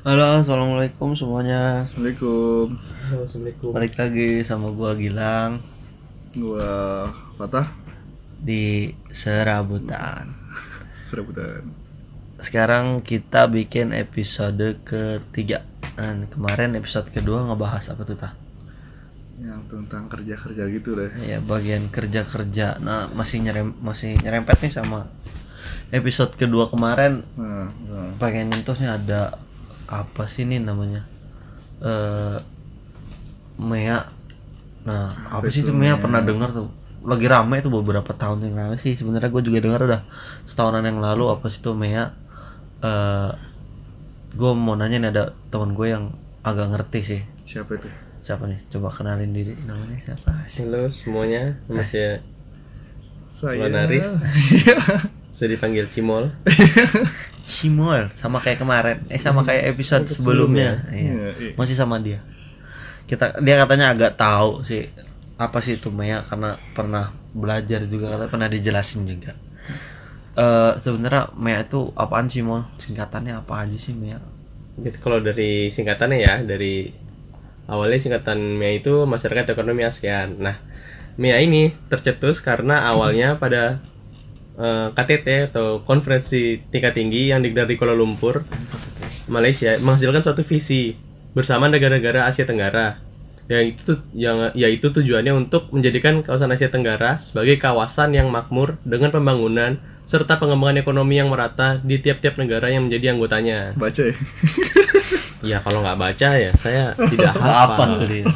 Halo, assalamualaikum semuanya. Assalamualaikum. Halo, Assalamualaikum. Balik lagi sama gua Gilang Gua Fatah. di Serabutan. Serabutan. Sekarang kita bikin episode ketiga. Dan kemarin episode kedua ngebahas apa tuh tah? Yang tentang kerja-kerja gitu deh. Ya bagian kerja-kerja. Nah masih nyerempet nih sama episode kedua kemarin. Pengen nyentuhnya ada apa sih nih namanya? Mea. Nah apa sih itu Mea? Pernah dengar tuh? Lagi rame tuh beberapa tahun yang lalu sih. Sebenarnya gue juga dengar udah setahunan yang lalu apa sih tuh Mea. Gue mau nanya nih, ada teman gue yang agak ngerti sih. Siapa itu? Siapa nih? Coba kenalin diri. Namanya siapa sih? Halo semuanya, nama saya Saya Lonaris. Bisa dipanggil Cimol. Cimol, sama kayak kemarin. Sama kayak episode sebelumnya. Iya. Iya. Masih sama dia. Dia katanya agak tahu sih apa sih itu Mea karena pernah belajar juga, katanya pernah dijelasin juga. Sebenarnya Mea itu apaan sih, Mol? Singkatannya apa aja sih Mea? Jadi kalau dari singkatannya ya, dari awalnya singkatan MEA itu Masyarakat Ekonomi ASEAN. Nah, MEA ini tercetus karena awalnya pada KTT atau konferensi tingkat tinggi yang digelar di Kuala Lumpur, Malaysia, menghasilkan suatu visi bersama negara-negara Asia Tenggara. Yaitu tujuannya untuk menjadikan kawasan Asia Tenggara sebagai kawasan yang makmur dengan pembangunan serta pengembangan ekonomi yang merata di tiap-tiap negara yang menjadi anggotanya. Baca ya? Ya kalau nggak baca ya saya tidak Apa hafal. tuh dia?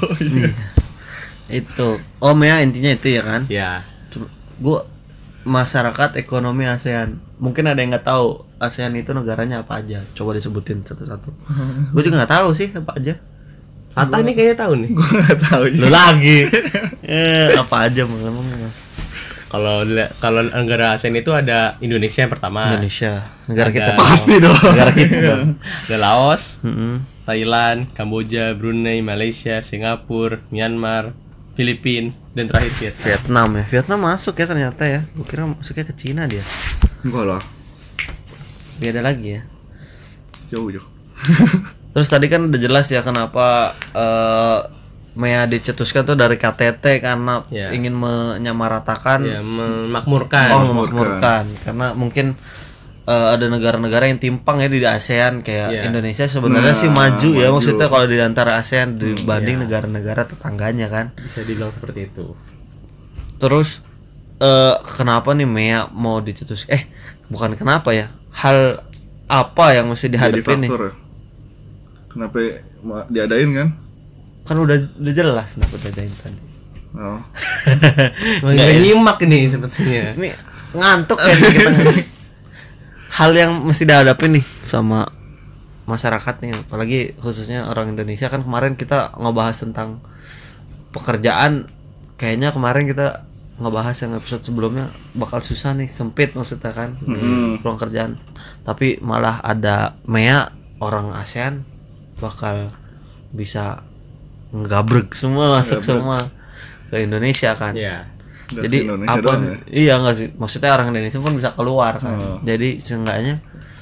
Itu. Oh, Mea intinya itu ya kan? Ya, Gue masyarakat ekonomi ASEAN. Mungkin ada yang nggak tahu ASEAN itu negaranya apa aja. Coba disebutin satu-satu. Gue juga nggak tahu sih apa aja. Fatah nih kayaknya tahu nih. Gua nggak tahu. Lu lagi. Apa aja emang. Kalau negara ASEAN itu ada Indonesia yang pertama. Indonesia, negara Ada- kita. Pasti dong. Negara kita. Bang. Ada Laos, Mm-mm. Thailand, Kamboja, Brunei, Malaysia, Singapura, Myanmar, Filipina, dan terakhir Vietnam. Vietnam ya. Vietnam masuk ya ternyata ya. Gue kira masuknya ke Cina dia. Enggak lah. Beda lagi ya. Jauh. Terus tadi kan udah jelas ya kenapa Mea dicetuskan tuh dari KTT karena Ya. ingin menyamaratakan. Ya, memakmurkan. Oh, memakmurkan. Karena mungkin ada negara-negara yang timpang ya di ASEAN kayak Ya. Indonesia sebenarnya Nah, sih maju ya, maju. maksudnya kalau di antara ASEAN dibanding Ya. negara-negara tetangganya kan. Bisa dibilang seperti itu. Terus kenapa nih Mea mau dicetus? Bukan kenapa ya? Hal apa yang mesti Jadi dihadapin nih? faktor ya. Kenapa diadain kan? Kan udah jelas kenapa diadain tadi. Oh. Nggak nyimak nih sebetulnya. Ini ngantuk ya nih kita. Hal yang mesti dihadapin nih sama masyarakat nih, apalagi khususnya orang Indonesia. Kan kemarin kita ngebahas tentang pekerjaan. Kayaknya kemarin kita ngebahas yang episode sebelumnya bakal susah nih, sempit maksudnya kan, ruang kerjaan. Tapi malah ada Mea, orang ASEAN bakal bisa ngegabrek semua, masuk semua ke Indonesia kan. Ya. Nggak Jadi ke Indonesia apa? doang ya? Iya nggak sih, maksudnya orang Indonesia pun bisa keluar kan. Jadi seenggaknya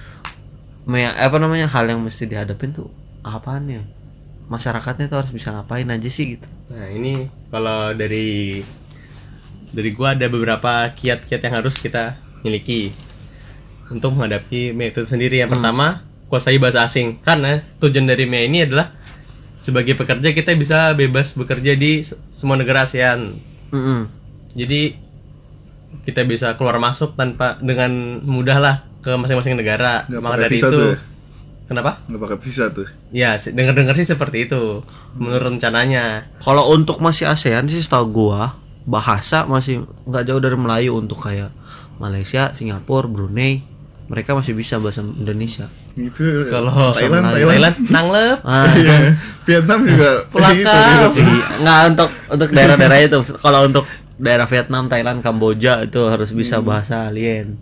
hal yang mesti dihadapin tuh apaan ya? Masyarakatnya tuh harus bisa ngapain aja sih gitu. Nah, ini kalau dari gua ada beberapa kiat-kiat yang harus kita miliki untuk menghadapi MEA itu sendiri. Yang pertama, kuasai bahasa asing. Karena tujuan dari MEA ini adalah sebagai pekerja kita bisa bebas bekerja di semua negara ASEAN. Jadi kita bisa keluar masuk dengan mudah lah ke masing-masing negara. Nggak Maka pakai dari visa itu tuh ya? Kenapa? Nggak pakai visa tuh. Ya, dengar-dengar sih seperti itu menurut rencananya. Kalau untuk masih ASEAN sih setahu gua bahasa masih nggak jauh dari Melayu untuk kayak Malaysia, Singapura, Brunei. Mereka masih bisa bahasa Indonesia. Itu Kalau Thailand. Thailand nanglep. Iya. Vietnam juga Pulakar. gitu. Nggak untuk daerah-daerah itu. Kalau untuk daerah Vietnam, Thailand, Kamboja itu harus bisa bahasa alien.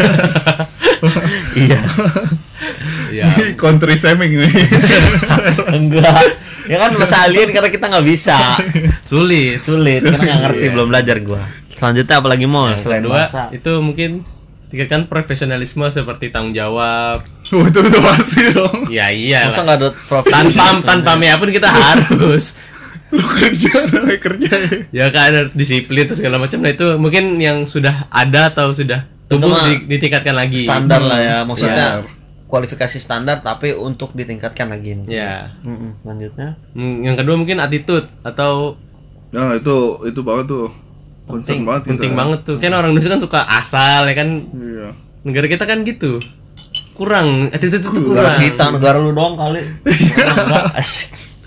Iya. Ya, Country shaming nih. Enggak. Ya kan bahasa alien karena kita nggak bisa. sulit. Sulit karena nggak ngerti, Iya. belum belajar gua. Selanjutnya apalagi mau Yang selain kedua bahasa. itu mungkin tingkatkan profesionalisme seperti tanggung jawab, Oh, itu pasti dong. Ya iya. Masa nggak ada profit? Tanpa Mea pun kita harus. Lu kerja, namanya kerja ya. Ya kan ada disiplin atau segala macam. Nah itu mungkin yang sudah ada atau sudah tumbuh mah ditingkatkan lagi. Standar lah ya, maksudnya Benar. kualifikasi standar tapi untuk ditingkatkan lagi. Ya. Lanjutnya. Yang kedua mungkin attitude atau Nah, itu banget tuh. Concern banget kita. penting banget tuh. Kan orang Indonesia kan suka asal ya kan. Iya. Negara kita kan gitu. Kurang attitude itu Negara kurang. kita, negara lu doang kali. Enggak, asik.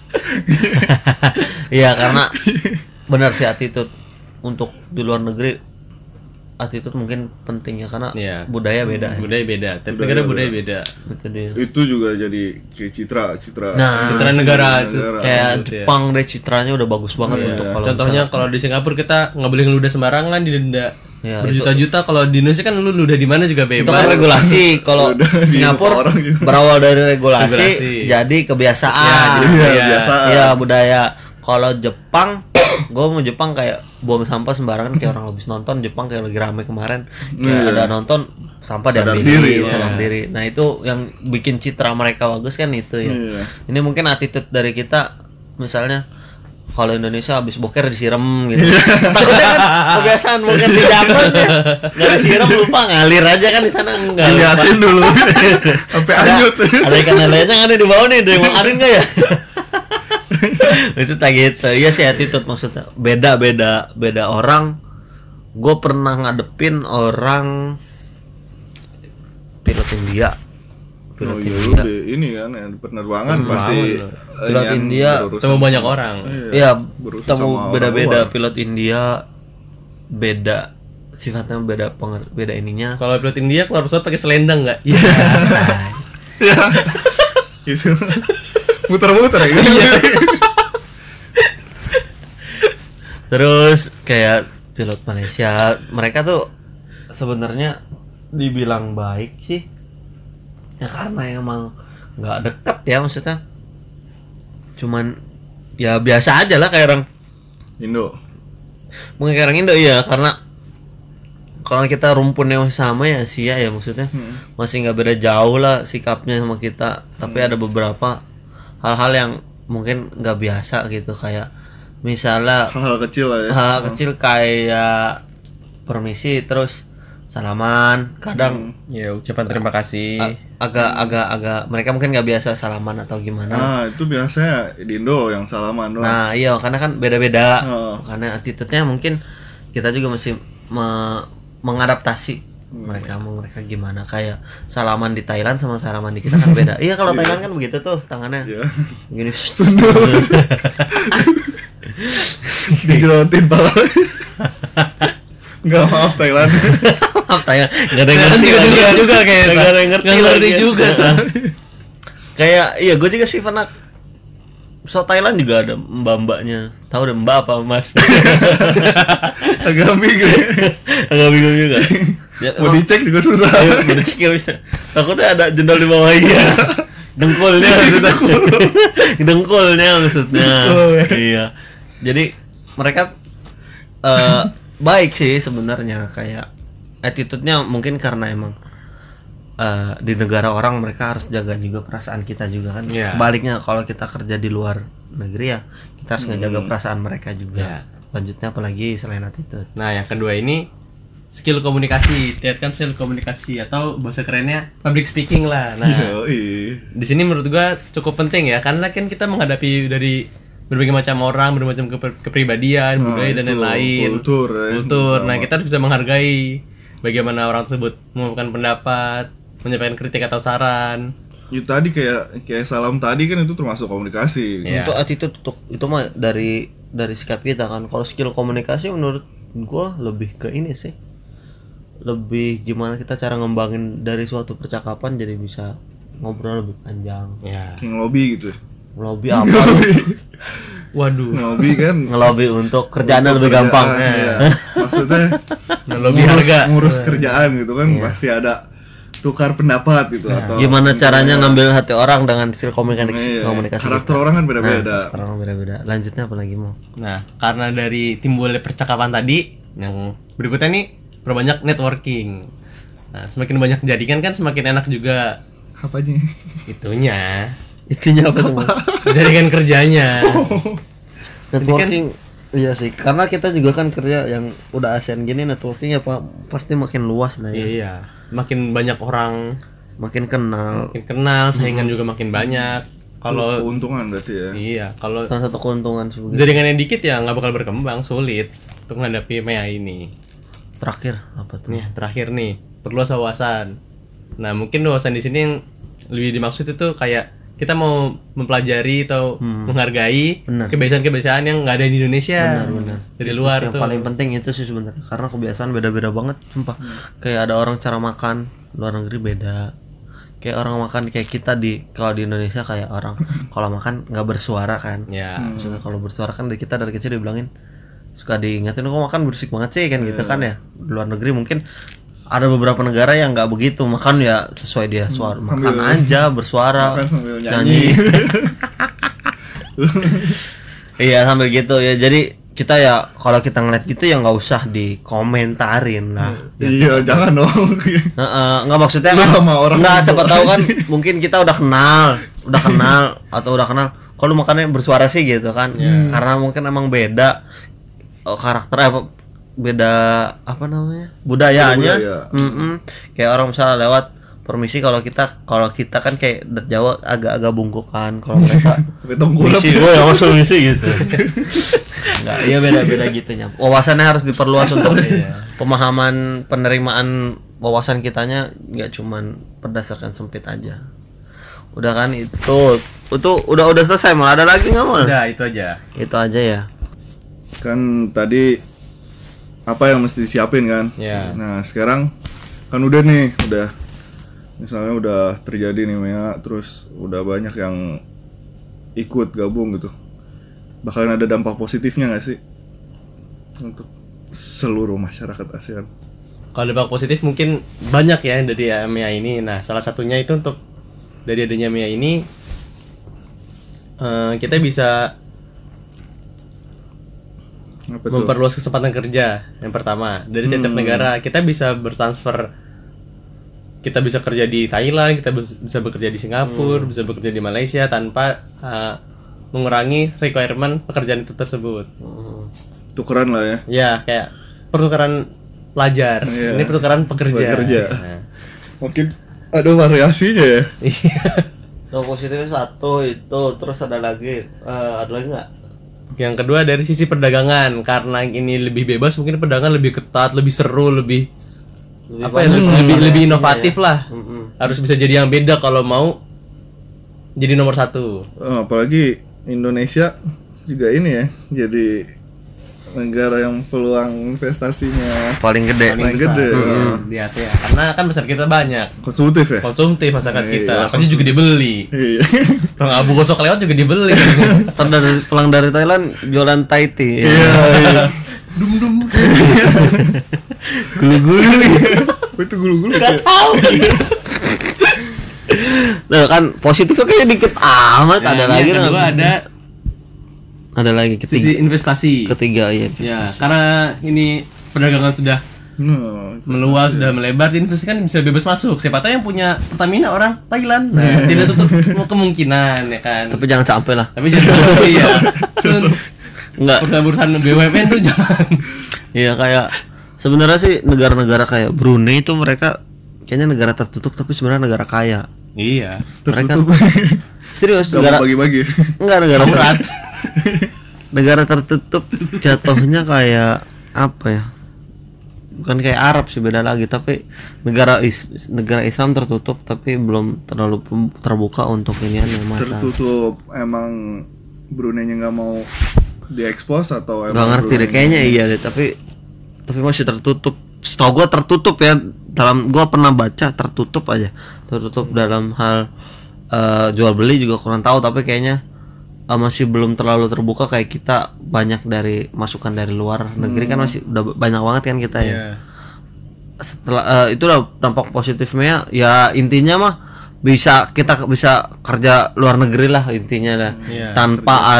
Iya, karena benar sih attitude untuk di luar negeri, attitude mungkin penting ya karena Iya. budaya beda. Budaya beda. Tiap negara budaya beda. Itu dia. Itu juga jadi kayak citra. Nah, Citra negara itu Kayak attitude, ya. Jepang deh citranya udah bagus banget Iya. untuk kalau Contohnya kalau di Singapura kita nggak boleh ngeludah sembarangan, didenda Ya, berjuta-juta. Kalau di Indonesia kan lu ludah di mana juga itu bebas. kan regulasi. Kalau Udah, di Singapura orang juga. berawal dari regulasi, Regulasi. jadi kebiasaan. Ya, jadi Iya, budaya. biasa. Iya, budaya. Kalau Jepang, gue mau Jepang kayak buang sampah sembarangan kayak orang habis nonton. Jepang kayak lagi rame kemarin, kayak Iya. ada nonton sampah Sadar diambilin, diri, sadar ya. diri. Nah itu yang bikin citra mereka bagus kan itu ya. Iya. Ini mungkin attitude dari kita, misalnya kalau Indonesia habis boker disiram gitu. Takutnya kan kebiasaan boker di Jepang ya. Nggak disiram lupa ngalir aja kan di sana enggak. Liatin dulu. Sampai anyut. Ada ikan lelenya kan ada di bawah nih, ada yang mau arin nggak ya? Itu tak gitu. Iya sih attitude maksudnya. Beda orang. Gue pernah ngadepin orang pilot India. Oh iya, lu ini kan yang penerbangan pasti Pilot yang India berurusan Ketemu banyak sama- orang. Iya, berurusan temu sama orang beda-beda luar. pilot India, beda sifatnya, beda ininya. Kalau pilot India keluar pesawat pakai selendang nggak? Iya. Ya. Gitu. Muter-muter ya. Iya. Terus kayak pilot Malaysia, mereka tuh sebenarnya dibilang baik sih. Ya karena emang nggak dekat ya maksudnya. Cuman ya biasa aja lah kayak orang Indo. mungkin kayak orang Indo ya karena kalau kita rumpunnya masih sama ya Asia ya maksudnya masih nggak beda jauh lah sikapnya sama kita, tapi ada beberapa hal-hal yang mungkin nggak biasa gitu kayak misalnya Hal-hal kecil lah ya. hal kecil kayak permisi terus salaman kadang Ya ucapan terima kasih. agak mereka mungkin nggak biasa salaman atau gimana. Nah, itu biasanya di Indo yang salaman doang. Nah iya karena kan beda-beda Oh. karena attitude-nya mungkin kita juga mesti mengadaptasi mereka gimana kayak salaman di Thailand sama salaman di kita kan beda. Iya kalau Thailand kan begitu tuh tangannya Iya. gini. Dijerotin pala. Enggak, maaf Thailand. Maaf Thailand nggak ada yang Kan ngerti juga lagi. juga kayak Nggak ada yang ngerti nggak ngerti lagi. juga kan. Kayak iya gue juga sih pernah so Thailand juga ada mbak-mbaknya. Tahu deh mbak apa mas? Agak bingung. Agak bingung juga. Ya, Mau dicek juga susah. Ayo, mau dicek nggak bisa. Takutnya ada jendol di bawahnya. Dengkulnya maksudnya. Dengkulnya maksudnya. Oh, ya. Iya. Jadi mereka baik sih sebenarnya kayak attitude-nya mungkin karena emang di negara orang mereka harus jaga juga perasaan kita juga kan. Iya. Sebaliknya kalau kita kerja di luar negeri ya kita harus ngejaga perasaan mereka juga. Iya. Lanjutnya apalagi selain attitude. Nah, yang kedua ini skill komunikasi. Lihat kan skill komunikasi atau bahasa kerennya public speaking lah. Nah, Yoi. di sini menurut gua cukup penting ya karena kan kita menghadapi dari berbagai macam orang, berbagai macam kepribadian, Nah, budaya dan itu, lain-lain. kultur, ya. Kultur. Nah, Sama. kita harus bisa menghargai bagaimana orang tersebut mengungkapkan pendapat, menyampaikan kritik atau saran. Ya tadi kayak salam tadi kan itu termasuk komunikasi. Iya. Untuk attitude itu mah dari sikap kita kan. Kalau skill komunikasi menurut gua lebih ke ini sih. Lebih gimana kita cara ngembangin dari suatu percakapan jadi bisa ngobrol lebih panjang. Ya. Kayak ngelobi gitu. Ngelobi apa? Waduh. Ngelobi kan Ngelobi untuk kerjaan lebih kerjaan, gampang. iya. Maksudnya Lebih harga. ngurus kerjaan gitu kan Iya. pasti ada tukar pendapat gitu atau Gimana caranya ngambil hati orang dengan skill komunikasi Iya, komunikasi karakter kita. orang kan Nah, beda-beda. karakter orang beda-beda. Lanjutnya apa lagi mau? Nah, karena dari timbulnya percakapan tadi, yang berikutnya nih perbanyak networking. Nah, semakin banyak jaringan kan semakin enak juga Apanya? Itunya. Itunya apa tuh? Jaringan kerjanya. Networking. Iya sih, karena kita juga kan kerja yang udah ASEAN gini, networking ya pasti makin luas lah ya. Iya. Makin banyak orang, Makin kenal. saingan juga makin banyak. Kalau Keuntungan berarti ya. iya, kalau Salah satu keuntungan sebenarnya. jaringannya dikit ya nggak bakal berkembang, sulit untuk menghadapi MEA ini. Terakhir apa tuh? Nih, terakhir nih, perluas wawasan. Nah, mungkin wawasan di sini yang lebih dimaksud itu kayak kita mau mempelajari atau menghargai Benar. kebiasaan-kebiasaan yang nggak ada di Indonesia. Benar. Dari luar Yang tuh. paling penting itu sih sebenarnya, karena kebiasaan beda-beda banget, sumpah. Kayak ada orang cara makan luar negeri beda. Kayak orang makan kayak kita kalau di Indonesia kayak orang kalau makan nggak bersuara kan. Ya. Maksudnya kalau bersuara kan kita dari kecil dibilangin, suka diingatin kok makan berisik banget sih kan gitu kan ya. Di luar negeri mungkin ada beberapa negara yang nggak begitu, makan ya sesuai dia suara, makan aja bersuara, Makan sambil nyanyi. Iya sambil gitu ya. Jadi kita ya kalau kita ngeliat gitu ya nggak usah dikomentarin lah. Iya, jangan dong. Nggak maksudnya Lu sama orang nggak, Indo. siapa tahu kan mungkin kita udah kenal atau udah kenal. Kalau makannya bersuara sih gitu kan, karena mungkin emang beda karakter beda apa namanya budayanya. Budaya. Kayak orang misalnya lewat permisi, kalau kita kan kayak dat Jawa agak-agak bungkukan, kalau mereka Betongkulep. misi, oh ya langsung misi gitu. Enggak, iya beda-beda gitunya. Wawasannya harus diperluas untuk pemahaman, penerimaan wawasan kitanya nggak cuman berdasarkan sempit aja. Udah kan itu udah selesai, mau ada lagi nggak mau? Udah, itu aja. Itu aja ya. Kan tadi apa yang mesti disiapin kan? Ya. Nah, sekarang kan udah misalnya udah terjadi nih MEA, terus udah banyak yang ikut gabung gitu. Bakalan ada dampak positifnya nggak sih untuk seluruh masyarakat ASEAN? Kalau dampak positif mungkin banyak ya dari MEA ini. Nah, salah satunya itu untuk dari adanya MEA ini kita bisa Apa tuh? memperluas kesempatan kerja. Yang pertama, dari tiap negara kita bisa bertransfer. Kita bisa kerja di Thailand, kita bisa bekerja di Singapura, bisa bekerja di Malaysia tanpa mengurangi requirement pekerjaan itu tersebut. Tukeran lah ya. Ya, kayak pertukaran pelajar. Iya. Ini pertukaran pekerja. Nah, Mungkin ada variasinya ya. iya. Yang positifnya satu itu, terus ada lagi nggak? Yang kedua dari sisi perdagangan, karena ini lebih bebas, mungkin perdagangan lebih ketat, lebih seru, lebih lebih inovatif lah. Harus bisa jadi yang beda kalau mau jadi nomor satu. Apalagi Indonesia juga ini ya, jadi negara yang peluang investasinya Paling gede. Paling besar gede. di Asia. Karena kan besar kita banyak, konsumtif ya. konsumtif masyarakat kita, Iya, pasti juga dibeli. Iya. Kalau abu gosok lewat juga dibeli. Pulang dari Thailand jualan Thai tea. Iya. Gulu-gulu. Itu gulu-gulu. Gak tahu. Nah kan positifnya kayaknya dikit amat. Ada lagi yang kedua nggak? Ada lagi sisi investasi. ketiga ya Ya, investasi. karena ini perdagangan sudah Nah, meluas, sudah melebar, investasi kan bisa bebas masuk. Siapa tahu yang punya Pertamina orang Thailand. Nah, tidak tutup kemungkinan ya kan. Tapi jangan sampai lah. Tapi jangan sampai ya. Enggak. Urusan BUMN tuh jangan. Iya kayak sebenarnya sih negara-negara kayak Brunei itu mereka kayaknya negara tertutup tapi sebenarnya negara kaya. Iya. Mereka serius Gak negara mau bagi-bagi. enggak negara Berat. negara tertutup jatuhnya kayak apa ya? Bukan kayak Arab sih, beda lagi, tapi negara Islam tertutup tapi belum terlalu terbuka untuk inian yang masalah. Tertutup emang Brunei-nya nggak mau diekspos atau emang Gak ngerti deh kayaknya iya deh, tapi masih tertutup. Setahu gua tertutup ya, gua pernah baca tertutup dalam hal jual beli juga kurang tahu, tapi kayaknya masih belum terlalu terbuka kayak kita. Banyak dari masukan dari luar negeri kan masih udah banyak banget kan kita ya. Iya. Setelah itu udah dampak positifnya ya intinya mah kita bisa kerja luar negeri lah intinya lah. Iya, tanpa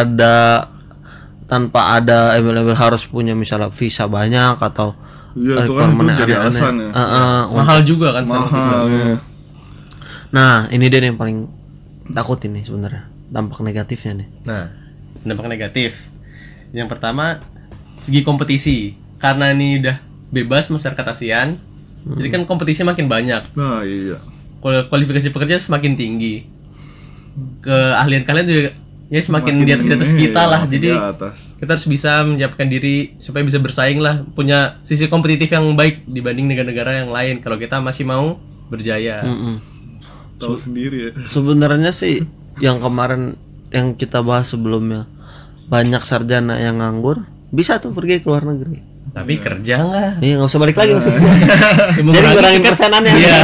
ada embel-embel harus punya misalnya visa banyak atau Iya, itu kan requirement itu jadi aneh-aneh. alasan ya. Mahal juga kan sama Mahal ya. Nah, ini dia yang paling takut ini sebenarnya. Dampak negatifnya nih. Nah, dampak negatif. Yang pertama, segi kompetisi. Karena ini udah bebas masyarakat ASEAN, jadi kan kompetisi makin banyak. Nah, iya. Kualifikasi pekerja semakin tinggi. Keahlian kalian juga ya semakin di atas kita lah. Jadi kita harus bisa menyiapkan diri supaya bisa bersaing lah, punya sisi kompetitif yang baik dibanding negara-negara yang lain. Kalau kita masih mau berjaya. Tahu sendiri ya. Sebenarnya sih yang kemarin yang kita bahas sebelumnya, banyak sarjana yang nganggur bisa tuh pergi ke luar negeri. Tapi kerja nggak? Iya, nggak usah balik lagi maksudnya. Jadi ngurangin persenannya. Iya.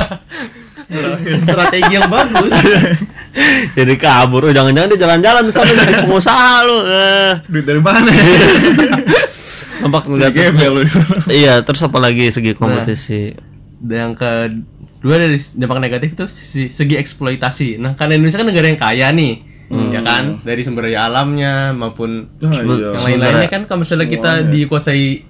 Strategi yang bagus. Jadi kabur, jangan-jangan dia jalan-jalan sampai jadi pengusaha lu. Duit dari mana? Nampak negatif. Iya, terus apa lagi segi kompetisi? Dan yang kedua dari dampak negatif itu segi eksploitasi. Nah, karena Indonesia kan negara yang kaya nih, ya kan, dari sumber daya alamnya maupun yang lain-lainnya kan. Kalau misalnya kita dikuasai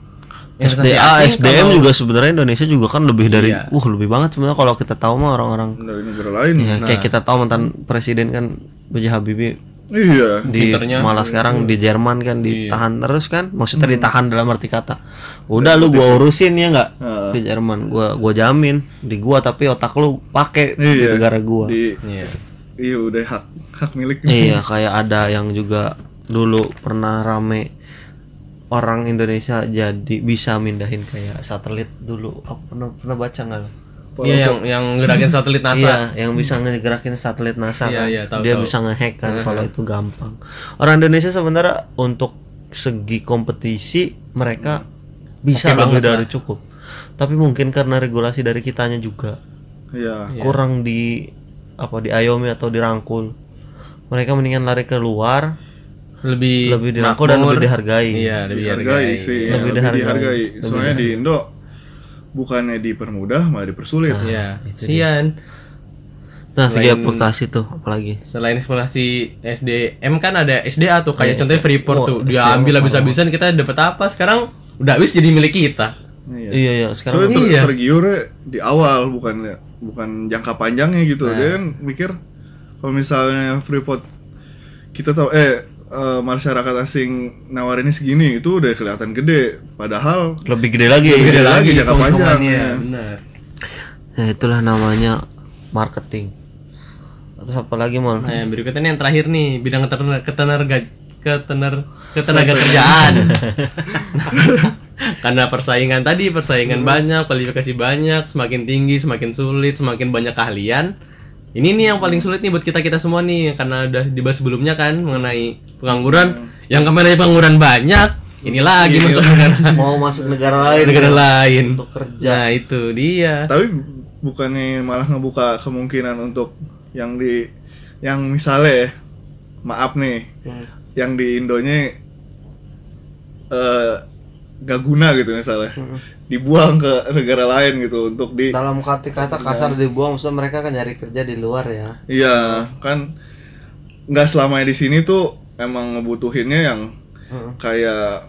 SDM juga sebenarnya Indonesia juga kan lebih dari lebih banget sebenarnya kalau kita tahu mah orang-orang dari negara lain. Ya, kayak kita tahu mantan presiden kan B.J. Habibie. Iya. Malah sekarang di Jerman kan ditahan terus kan. Maksudnya ditahan dalam arti kata. Udah lu gua urusin ya enggak? Di Jerman gua jamin di gua, tapi otak lu pakai di negara gua. Iya, udah hak milik. Iya, kayak ada yang juga dulu pernah rame orang Indonesia jadi bisa mindahin kayak satelit dulu. Pernah baca nggak? Iya, yang gerakin satelit NASA. Iya, yang bisa ngegerakin satelit NASA kan. Tahu, dia bisa ngehack kan kalau itu gampang. Orang Indonesia sebenarnya untuk segi kompetisi mereka bisa lebih dari cukup. Tapi mungkin karena regulasi dari kitanya juga kurang diayomi atau dirangkul. Mereka mendingan lari keluar, lebih dirangkul dan lebih dihargai. Iya, lebih dihargai sih. Lebih dihargai. Soalnya di Indo bukannya dipermudah malah dipersulit. Iya, sian. Nah, segi eksploitasi tuh apalagi. Selain eksploitasi SDM kan ada SDA tuh, kayak contohnya Freeport tuh. Dia ambil habis-habisan, kita dapat apa? Sekarang udah habis jadi milik kita. Iya, sekarang tergiurnya di awal, bukan jangka panjangnya gitu. Dia kan mikir kalau misalnya Freeport kita tahu masyarakat asing nawarinnya segini, itu udah kelihatan gede, padahal lebih gede lagi jangka panjang. Benar. Ya itulah namanya marketing. Terus apa lagi Mal? Nah, yang berikutnya yang terakhir nih, bidang ketenaga kerjaan. Karena persaingan banyak, kualifikasi banyak, semakin tinggi, semakin sulit, semakin banyak keahlian. Ini nih yang paling sulit nih buat kita semua nih, karena udah dibahas sebelumnya kan mengenai pengangguran. Yang kemarin pengangguran banyak, ini lagi mau masuk negara lain untuk kerja. Nah, itu dia. Tapi bukannya malah ngebuka kemungkinan untuk yang misalnya maaf nih, yang di Indonya gak guna gitu misalnya, dibuang ke negara lain gitu untuk dalam kata kasar dibuang, maksudnya mereka kan nyari kerja di luar ya. Iya kan, nggak selamanya di sini tuh emang ngebutuhinnya yang kayak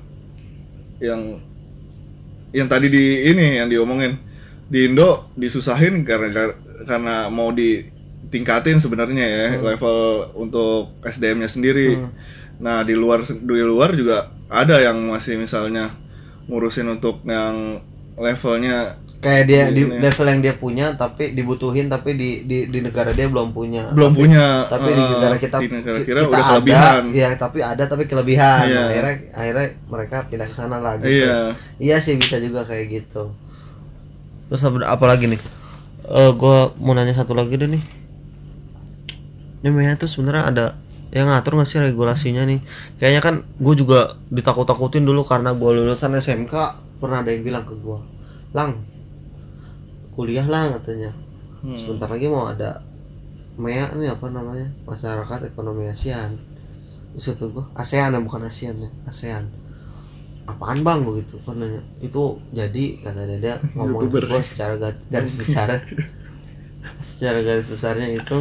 yang tadi yang diomongin di Indo disusahin karena mau ditingkatin sebenarnya ya level untuk SDM-nya sendiri. Nah di luar juga ada yang masih misalnya ngurusin untuk yang levelnya kayak dia di level yang dia punya tapi dibutuhin, tapi di negara dia belum punya tapi di negara kita udah kelebihan ya, tapi kelebihan. Akhirnya mereka pindah ke sana lagi. Iya sih, bisa juga kayak gitu. Terus apa lagi nih? Gua mau nanya satu lagi deh nih. Ini Mea tuh sebenarnya ada yang ngatur nggak sih regulasinya nih? Kayaknya kan gue juga ditakut-takutin dulu karena gue lulusan SMK. Pernah ada yang bilang ke gue, Lang, kuliah lah katanya. Sebentar lagi mau ada MEA nih, apa namanya, masyarakat ekonomi ASEAN. Terus itu gue, ASEAN ya, bukan ASEAN ya, ASEAN. Apaan bang begitu? Kan nanya. Itu jadi kata dia ngomong ke gue secara garis besar. Secara garis besarnya itu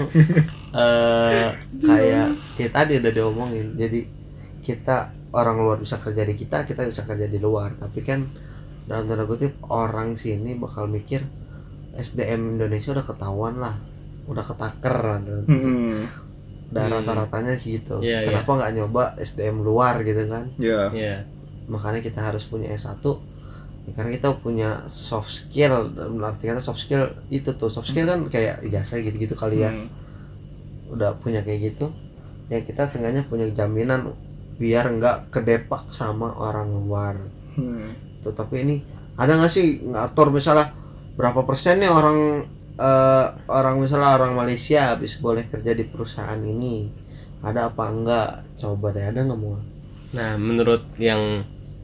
kayak tadi udah diomongin. Jadi kita orang luar bisa kerja di kita bisa kerja di luar. Tapi kan dalam tanda kutip orang sini bakal mikir SDM Indonesia udah ketahuan lah, udah ketaker, udah rata-ratanya gitu. Iya, Kenapa nggak nyoba SDM luar gitu kan? Iya. Iya. Makanya kita harus punya S1 ya, karena kita punya soft skill. Dalam arti kata soft skill itu tuh, soft skill kan kayak ijazah gitu-gitu kali ya. Udah punya kayak gitu ya, kita seenggaknya punya jaminan biar nggak kedepak sama orang luar tuh. Tapi ini ada nggak sih ngatur misalnya berapa persen nih orang misalnya orang Malaysia habis boleh kerja di perusahaan ini, ada apa enggak? Coba deh, ada nggak mau? Nah, menurut yang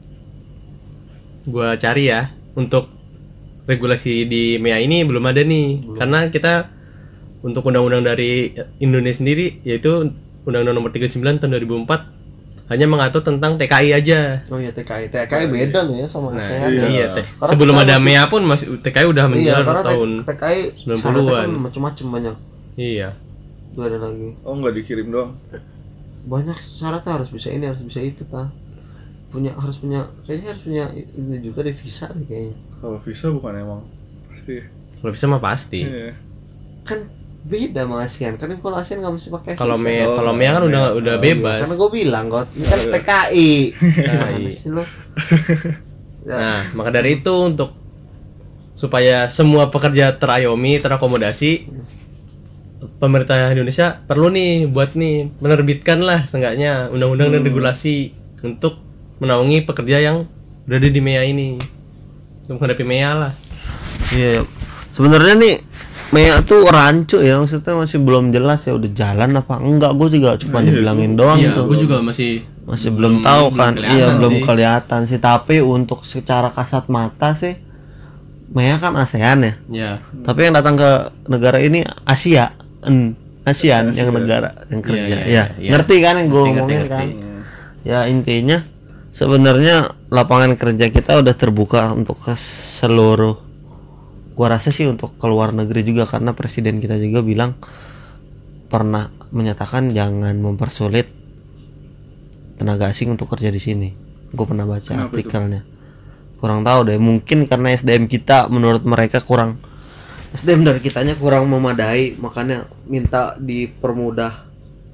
gua cari ya, untuk regulasi di MEA ini belum ada nih. Karena kita untuk undang-undang dari Indonesia sendiri, yaitu Undang-Undang Nomor 39 tahun 2004, hanya mengatur tentang TKI aja. Oh iya, TKI beda loh ya sama ASEAN. Iya, Karena sebelum TKI ada masih- MEA pun masih TKI udah Iya, menjalan karena tahun TKI 90-an. syaratnya kan macam-macam banyak. Iya. Tuh ada lagi. Oh, nggak dikirim doang. Banyak syaratnya, harus bisa ini, harus bisa itu, kayaknya harus punya ini juga deh, visa deh kayaknya. Kalau visa bukan emang pasti. Kalau bisa mah pasti. Iya. Kan beda sama ASEAN. Kan kalau ASEAN nggak mesti pakai Kalau visa. MEA, Oh, kalau MEA kan MEA. udah Iya, bebas. karena gue bilang kok ini kan TKI. Gimana sih lo? Ya. Nah, maka dari itu untuk supaya semua pekerja terayomi, terakomodasi, pemerintah Indonesia perlu nih buat nih menerbitkan lah seenggaknya undang-undang dan regulasi untuk menaungi pekerja yang berada di MEA ini, untuk menghadapi MEA lah. Iya, sebenarnya nih MEA tuh rancu ya, maksudnya masih belum jelas ya udah jalan apa enggak. Gue juga cuma dibilangin doang Iya, tuh. gue juga masih Belum tahu kan. Iya, belum sih. kelihatan sih. Tapi untuk secara kasat mata sih MEA kan ASEAN ya. Ya, Tapi yang datang ke negara ini Asia. ASEAN yang negara yang kerja. iya, Ya, iya. ngerti kan yang gue Ngerti, ngomongin ngerti. kan? Ya intinya sebenarnya lapangan kerja kita udah terbuka untuk ke seluruh. Gua rasa sih untuk ke luar negeri juga, karena presiden kita juga bilang pernah menyatakan jangan mempersulit tenaga asing untuk kerja di sini. Gue pernah baca Kenapa artikelnya. Kurang tahu deh, mungkin karena SDM kita menurut mereka kurang, SDM dari kitanya kurang memadai, makanya minta dipermudah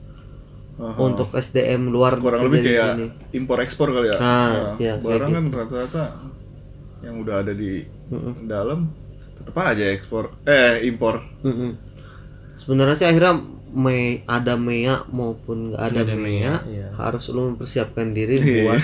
untuk SDM luar kurang kerja lebih di kayak sini. impor ekspor kali ya. Nah, iya, kayak barang kan gitu. rata-rata yang udah ada di dalam tetap aja impor. Sebenarnya sih akhirnya ada MEA maupun nggak ada Nggak ada MEA, MEA, iya. harus lu mempersiapkan diri Iya. buat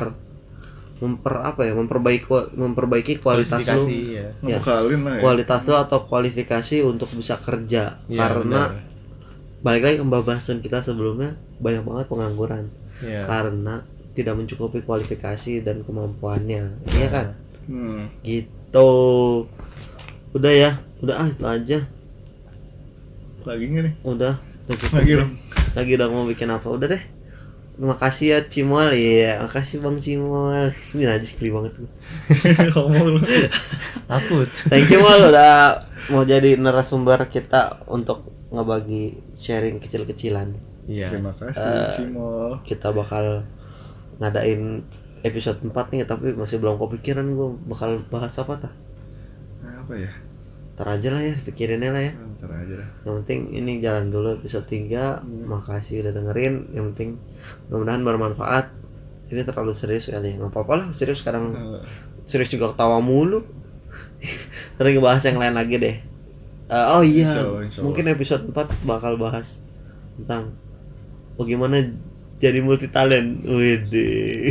memperbaiki kualitas lu. kualifikasi ya. Ya, Ngebekalin lah ya. kualitas lu atau kualifikasi untuk bisa kerja. Iya, Karena benar. balik lagi ke pembahasan kita sebelumnya, banyak banget pengangguran Iya. karena tidak mencukupi kualifikasi dan kemampuannya. Iya kan? Gitu. Udah ya, itu aja. Lagi nggak nih? Udah cukup. Lagi dong. Lagi udah mau bikin apa? Udah deh. Terima kasih ya Cimol. Iya, makasih Bang Cimol. Ini najis geli banget gue. Ngomong lu. Takut. Thank you Mol udah mau jadi narasumber kita untuk ngebagi sharing kecil-kecilan. Iya. Terima kasih Cimol. Kita bakal ngadain episode 4 nih, tapi masih belum kepikiran gue bakal bahas apa tah. Apa ya? Ntar aja lah ya, pikirinnya lah ya. Ntar aja lah. Yang penting ini jalan dulu episode 3. Makasih udah dengerin. Yang penting mudah-mudahan bermanfaat. Ini terlalu serius kali ya. Nggak apa-apa lah, serius sekarang. Serius juga ketawa mulu. Nanti ngebahas yang lain lagi deh. Oh iya, Insya Allah. mungkin episode 4 bakal bahas tentang bagaimana jadi multi talent. Widih.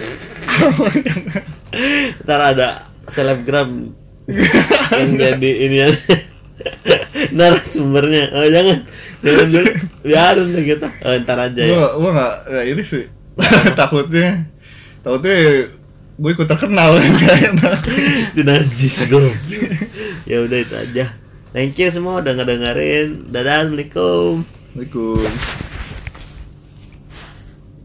Ntar ada selebgram yang jadi ini ya. Narasumbernya. Oh jangan dulu, biarin deh kita. Oh, ntar aja ya. Gua nggak ini sih. takutnya gue ikut terkenal kan. Itu najis gue. Ya udah itu aja. Thank you semua udah ngedengerin. Dadah, assalamualaikum. Assalamualaikum.